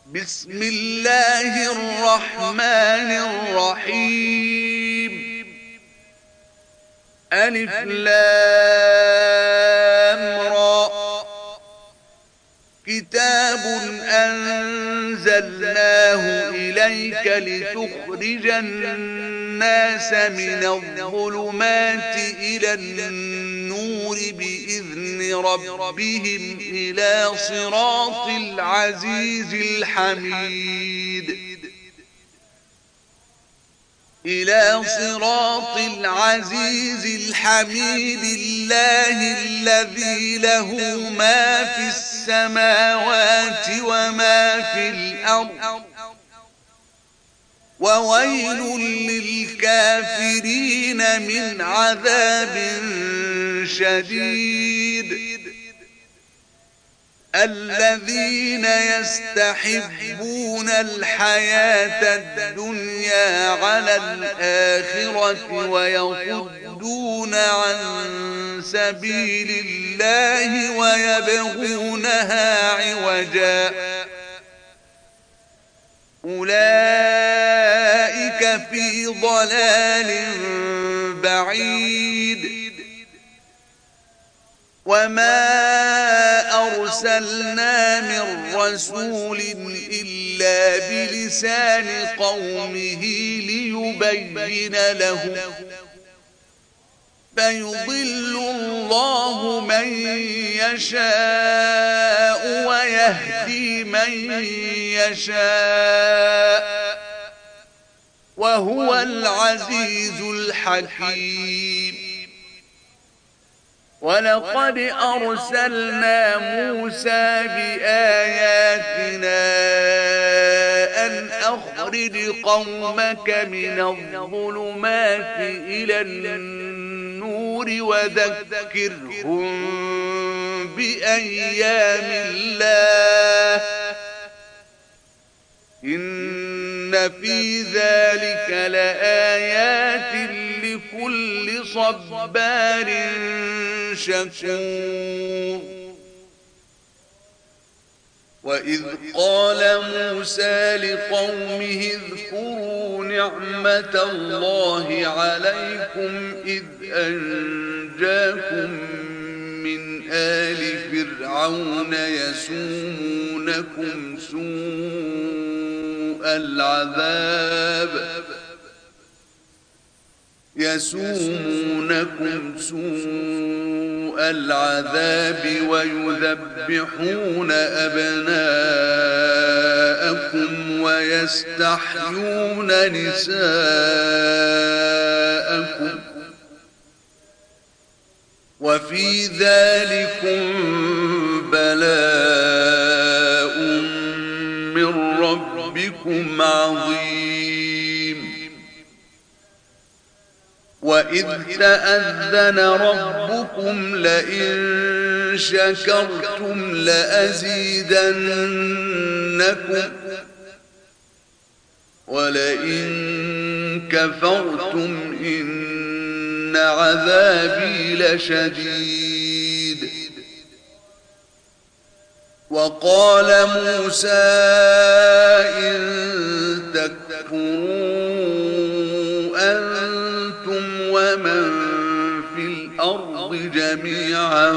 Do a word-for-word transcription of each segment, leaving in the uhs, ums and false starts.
بسم الله الرحمن الرحيم. ألف لام را. كتاب أنزلناه إليك لتخرج الناس من الظلمات إلى النور بإذن ربهم إلى صراط العزيز الحميد إلى صراط العزيز الحميد الله الذي له ما في السماوات وما في الأرض وويل للكافرين من عذاب شديد. الذين يستحبون الحياة الدنيا على الآخرة ويصدون عن سبيل الله ويبغونها عوجا أولئك في ضلال بعيد. وما أرسلنا من رسول إلا بلسان قومه ليبين له فيضل الله من يشاء ويهدي من يشاء وهو العزيز الحكيم. ولقد أرسلنا موسى بآياتنا أن أخرج قومك من الظلمات إلى النور وذكرهم بأيام الله إن في ذلك لآيات لكل صبار شكور. وإذ قال موسى لقومه اذكروا نعمة الله عليكم إذ أنجاكم من آل فرعون يسومونكم سوء العذاب يسومونكم سوء العذاب ويذبحون أبناءكم ويستحيون نساءكم وفي ذلكم بلاء من ربكم عظيم. وإذ تأذن ربكم لئن شكرتم لأزيدنكم ولئن كفرتم إن عذابي لشديد. وقال موسى إن تكفروا أنتم ومن في الأرض جميعا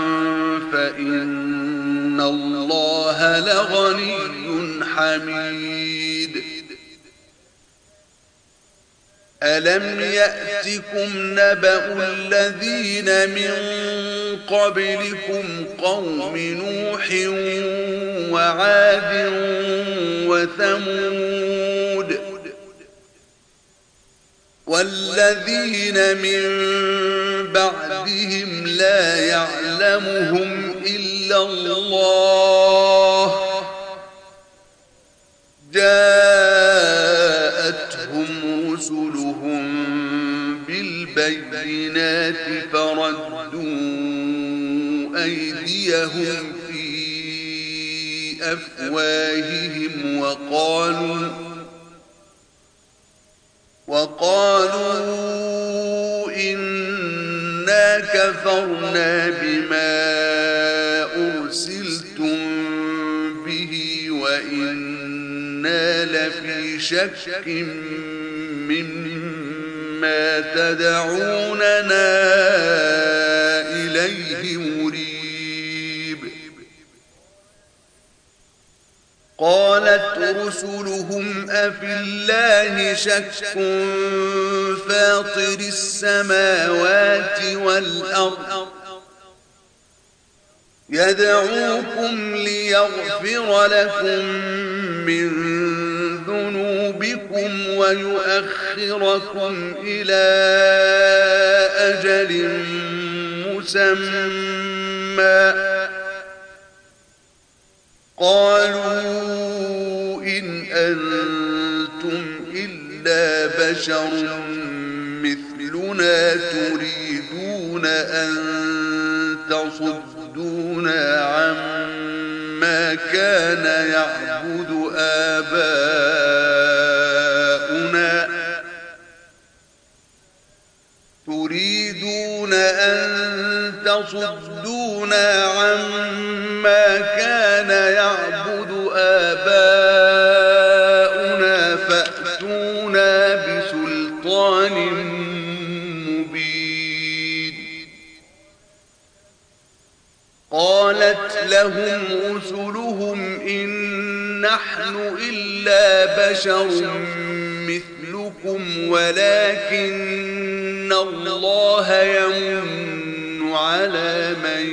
فإن الله لغني حميد. ألم يأتكم نبأ الذين من قبلكم قوم نوح وعاد وثمود والذين من بعدهم لا يعلمهم إلا الله جاءتهم رسلهم بالبينات فردوا أيديهم في أفواههم وقالوا وقالوا إنا كفرنا بما أرسلتم به وإنا لفي شك مما تدعوننا إليه مريب. قالت رسلهم أفي الله شك فاطر السماوات والأرض يدعوكم ليغفر لكم من ذنوبكم ويؤخركم إلى أجل مسمى. قالوا إن أنتم إلا بشر مثلنا تريدون أن تصدونا عما كان يعبد آباؤنا تريدون أن تصدونا عما كان يعبد آباؤنا فأتونا بسلطان مبين. قالت لهم رسلهم إن نحن إلا بشر مثلكم ولكن الله يمن على من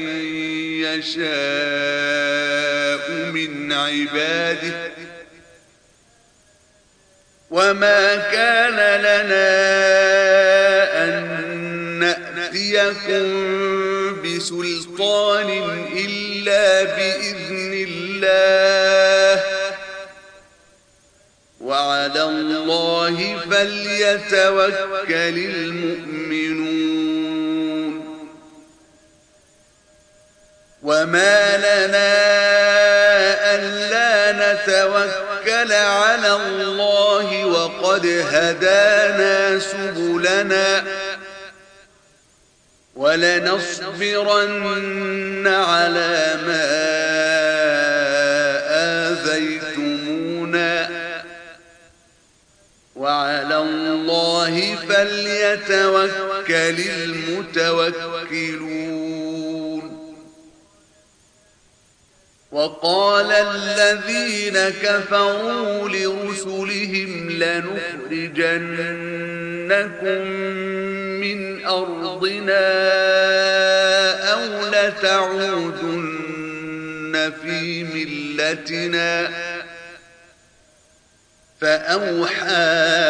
يشاء من عباده وما كان لنا أن نأتيكم بسلطان إلا بإذن الله وعلى الله فليتوكل المؤمنون. وما لنا ألا نتوكل على الله وقد هدانا سبلنا ولنصبرن على ما آذيتمونا وعلى الله فليتوكل المتوكلون. وقال الذين كفروا لرسلهم لنخرجنكم من أرضنا أو لتعودن في ملتنا فأوحى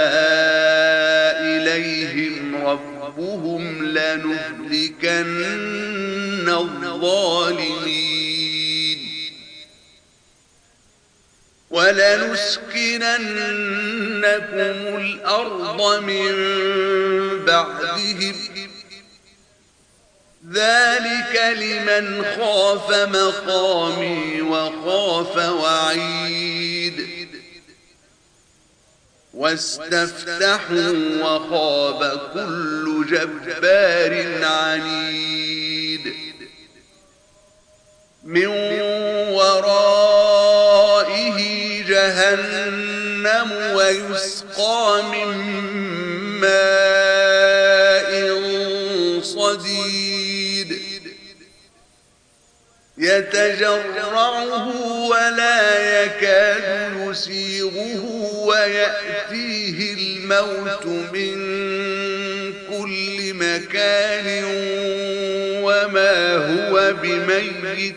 إليهم ربهم لنهلكن الظالمين ولنسكننكم الأرض من بعدهم ذلك لمن خاف مقامي وخاف وعيد. واستفتحوا وخاب كل جبار عنيد من ورائه جهنم ويسقى من ماء صديد يتجرعه ولا يكاد يسيغه ويأتيه الموت من كل مكان وما هو بميت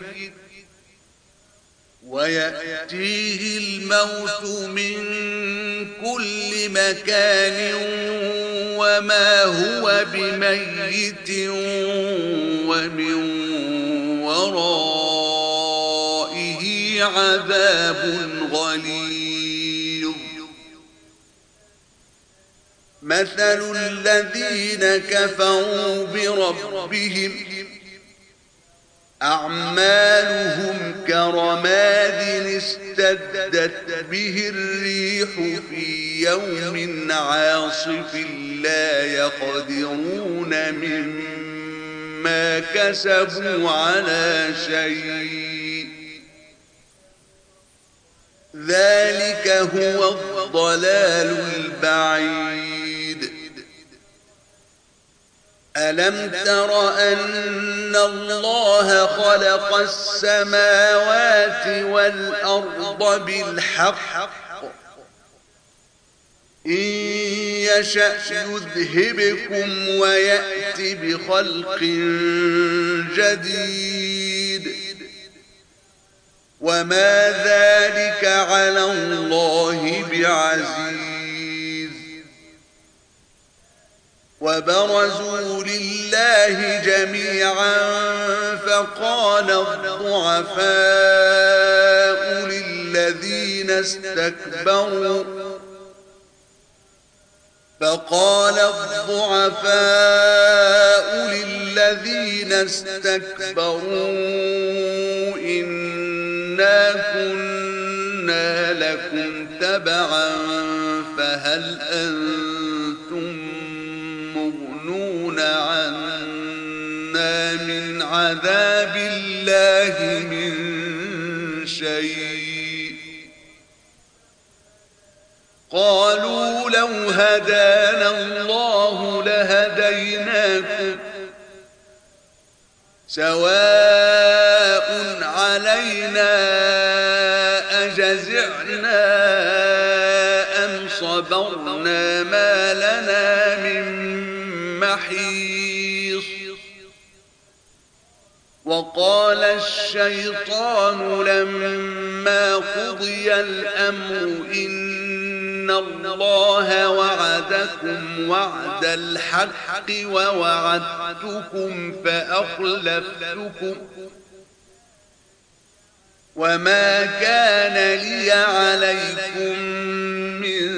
ويأتيه الموت من كل مكان وما هو بميت ومن ورائه عذاب غليظ. مثل الذين كفروا بربهم أعمالهم كرماد اشتدت به الريح في يوم عاصف لا يقدرون مما كسبوا على شيء ذلك هو الضلال البعيد. ألم تر أن الله خلق السماوات والأرض بالحق إن يشأ يذهبكم ويأت بخلق جديد وما ذلك على الله بعزيز. وبرزوا لله جميعا فقال الضعفاء للذين استكبروا فقال الضعفاء للذين استكبروا إنا كنا لكم تبعا فهل أنتم مغنون عنا من عذاب الله من شيء قالوا لو هدانا الله لهديناكم سواء علينا أجزعنا أم صبرنا ما لنا من محيص. وقال الشيطان لما قضي الأمر إن الله وعدكم وعد الحق ووعدتكم فأخلفتكم وما كان لي عليكم من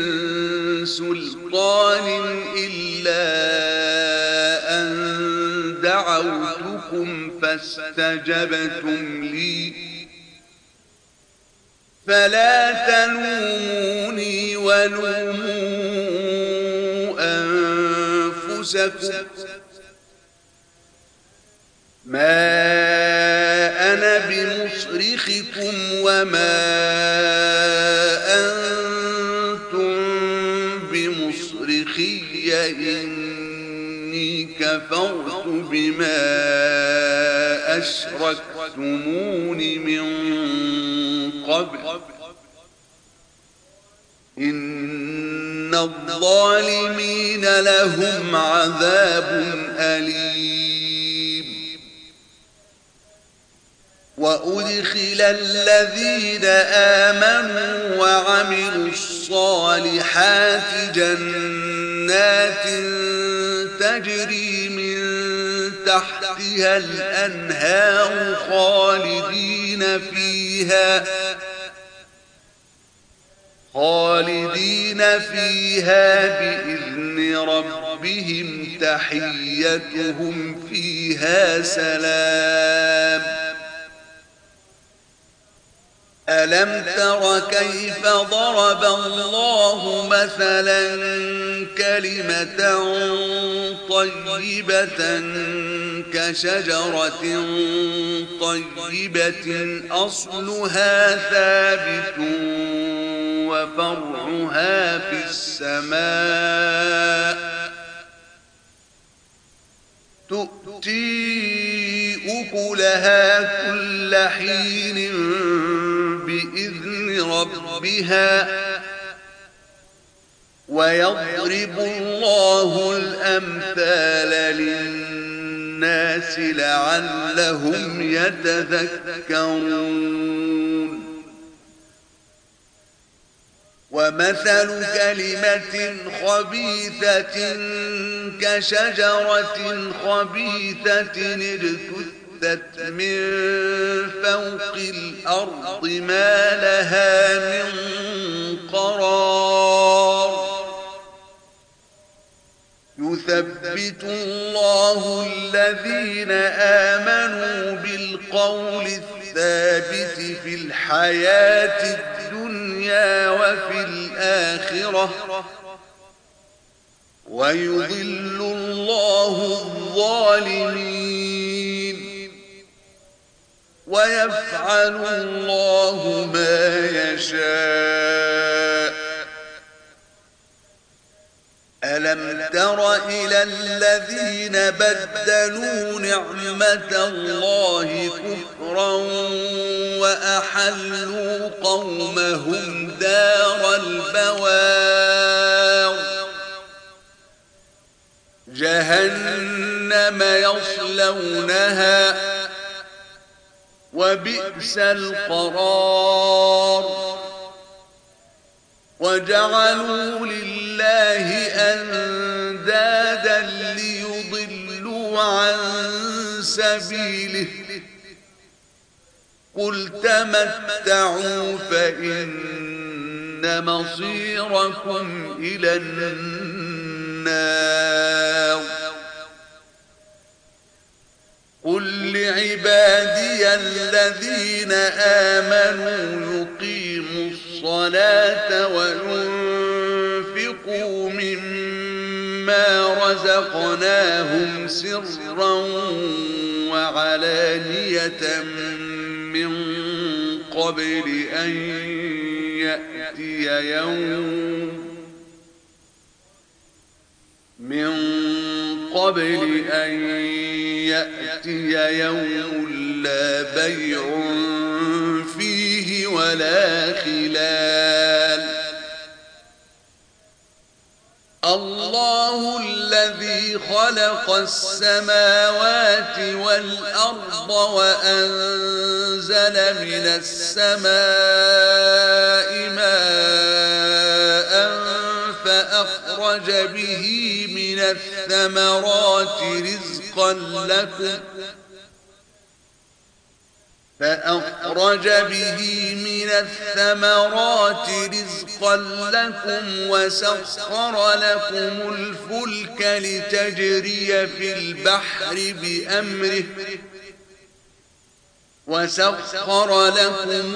سلطان إلا أن دعوتكم فاستجبتم لي فلا تلوموني ولوموا أنفسكم ما أنا بمصرخكم وما أنتم بمصرخي إني كفرت بما أشركتمون من قبل إن الظالمين لهم عذاب أليم. وأدخل الذين آمنوا وعملوا الصالحات جنات تجري من تحتها الأنهار خالدين فيها خالدين فيها بإذن ربهم تحيتهم فيها سلام. ألم تر كيف ضرب الله مثلا كلمة طيبة كشجرة طيبة أصلها ثابت وفرعها في السماء تؤتي أكلها كل حين بإذن ربها ويضرب الله الأمثال للناس لعلهم يتذكرون. ومثل كلمة خبيثة كشجرة خبيثة اجتثت من فوق الأرض ما لها من قرار. يثبت الله الذين آمنوا بالقول الثابت في الحياة الدنيا وفي الآخرة ويضل الله الظالمين. ويفعل الله ما يشاء. ألم تر إلى الذين بدلوا نعمة الله كفرا وأحلوا قومهم دار البوار جهنم يصلونها وبئس القرار. وجعلوا لله أندادا ليضلوا عن سبيله قل تمتعوا فإن مصيركم إلى النار. قل لعبادي الذين آمنوا يقيموا الصلاة وينفقوا مما رزقناهم سرا وعلانية من قبل أن يأتي يوم من قبل أن يأتي يوم لا بيع فيه ولا خلال. الله الذي خلق السماوات والأرض وأنزل من السماء ماء فأخرج به من الثمرات رزقا لكم فأخرج به من الثمرات رزقا لكم وسخر لكم الفلك لتجري في البحر بأمره وسخر لكم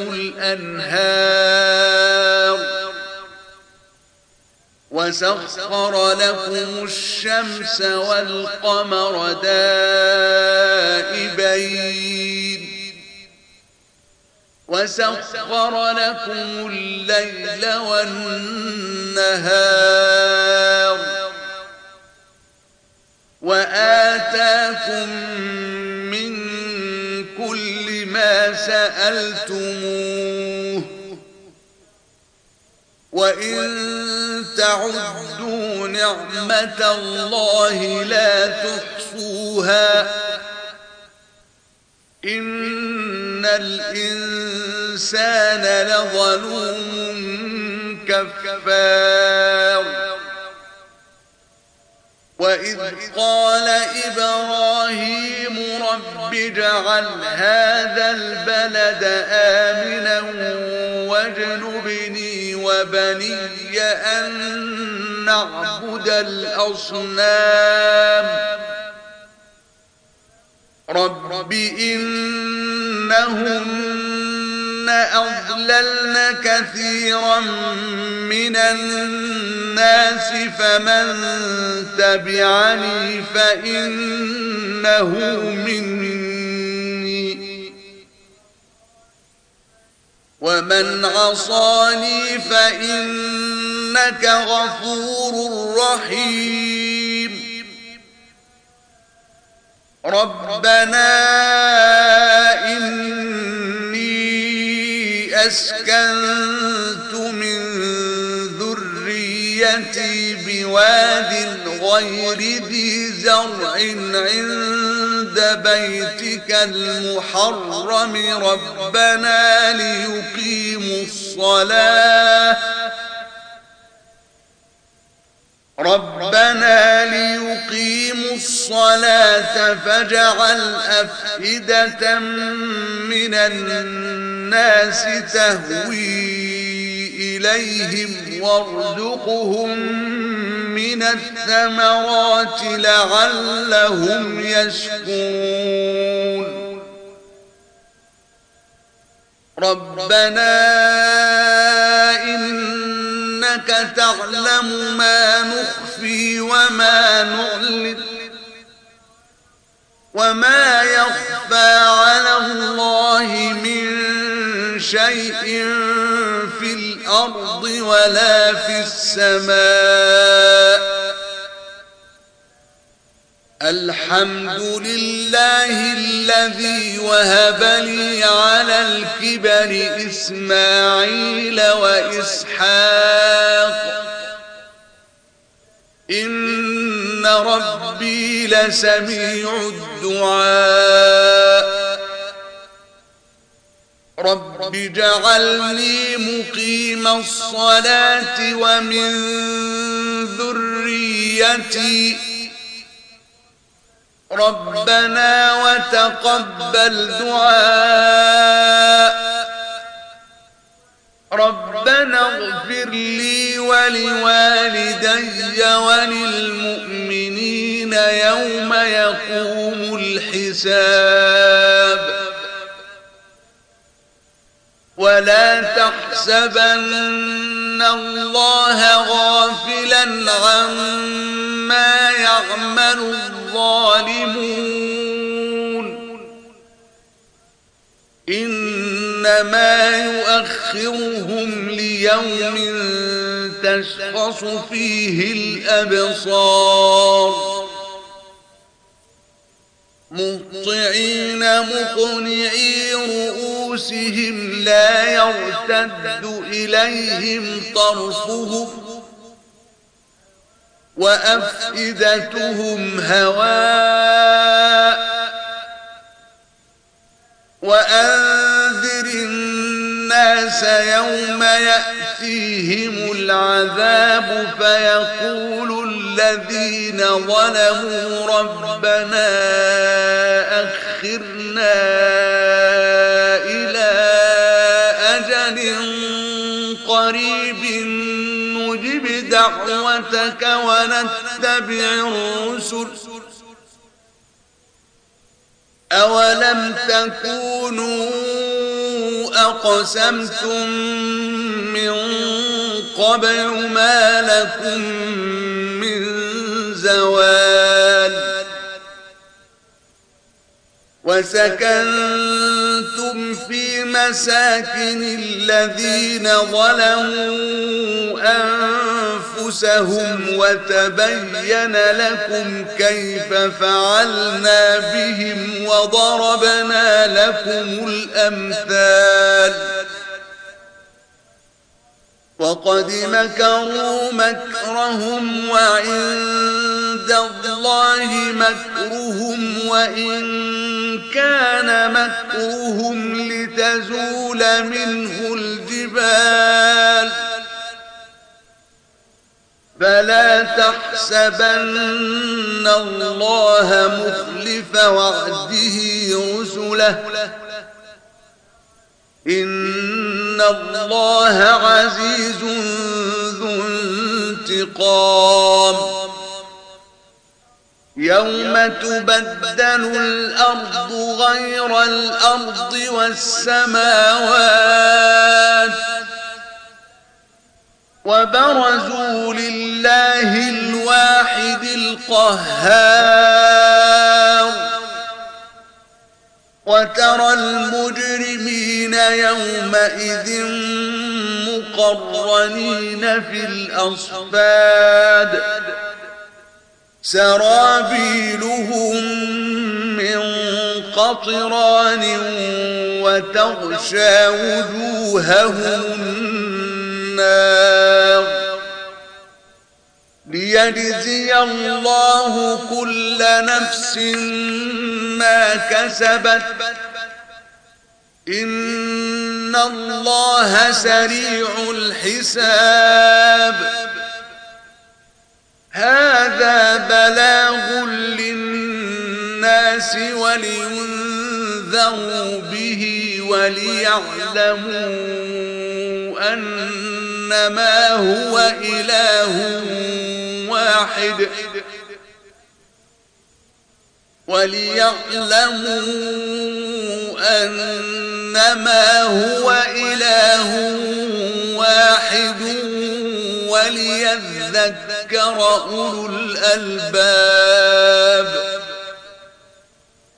الأنهار وسخر لكم الشمس والقمر دائبين وسخر لكم الليل والنهار وآتاكم من كل ما سألتموه وإن تعدوا نعمة الله لا تحصوها إن الإنسان لظلوم كفار. وإذ قال إبراهيم رب اجعل هذا البلد آمنا واجنبني وبني أن نعبد الأصنام رب إنهن أضللن كثيرا من الناس فمن تبعني فإنه مني ومن عصاني فإنك غفور رحيم. ربنا إني أسكنت من ذريتي بواد غير ذي زرع عند بيتك المحرم ربنا ليقيموا الصلاة ربنا ليقيموا الصلاة فاجعل أفئدة من الناس تهوي إليهم وارزقهم من الثمرات لعلهم يشكرون. ربنا إنك تعلم ما نخفي وما نعلن وما يخفى على الله من شيء في الأرض ولا في السماء. الحمد لله الذي وهب لي على الكبر إسماعيل وإسحاق إن ربي لسميع الدعاء. رب اجعلني مقيم الصلاة ومن ذريتي ربنا وتقبل دعاء. ربنا اغفر لي ولوالدي وللمؤمنين يوم يقوم الحساب. ولا تحسبن الله غافلا عما يعمل الظالمون إنما يؤخرهم ليوم تشخص فيه الأبصار مهطعين مقنعي رؤوسهم لا يرتد إليهم طرفهم وأفئدتهم هواء. وأنذر الناس يوم يأتيهم العذاب فيقول الذين ظلموا ربنا أخرنا إلى أجل قريب نجب دعوتك ونتبع الرسل أولم تكونوا أقسمتم من قبل ما لكم من زوال. وسكنتم في مساكن الذين ظلموا أنفسهم وتبين لكم كيف فعلنا بهم وضربنا لكم الأمثال. وقد مكروا مكرهم وعند الله مكرهم وإن كان مكرهم لتزول منه الجبال. فلا تحسبن الله مخلف وعده رسله إن الله عزيز ذو انتقام. يوم تبدل الأرض غير الأرض والسماوات وبرزوا لله الواحد القهار. وترى المجرمين يومئذ مقرنين في الأصفاد سرابيلهم من قطران وتغشى وجوههم النار. ليجزي الله كل نفس ما كسبت إن الله سريع الحساب. هذا بلاغ للناس ولينذروا به وليعلموا أنما هو إله واحد وليعلموا أنما هو إله واحد وليذكر أولو الألباب.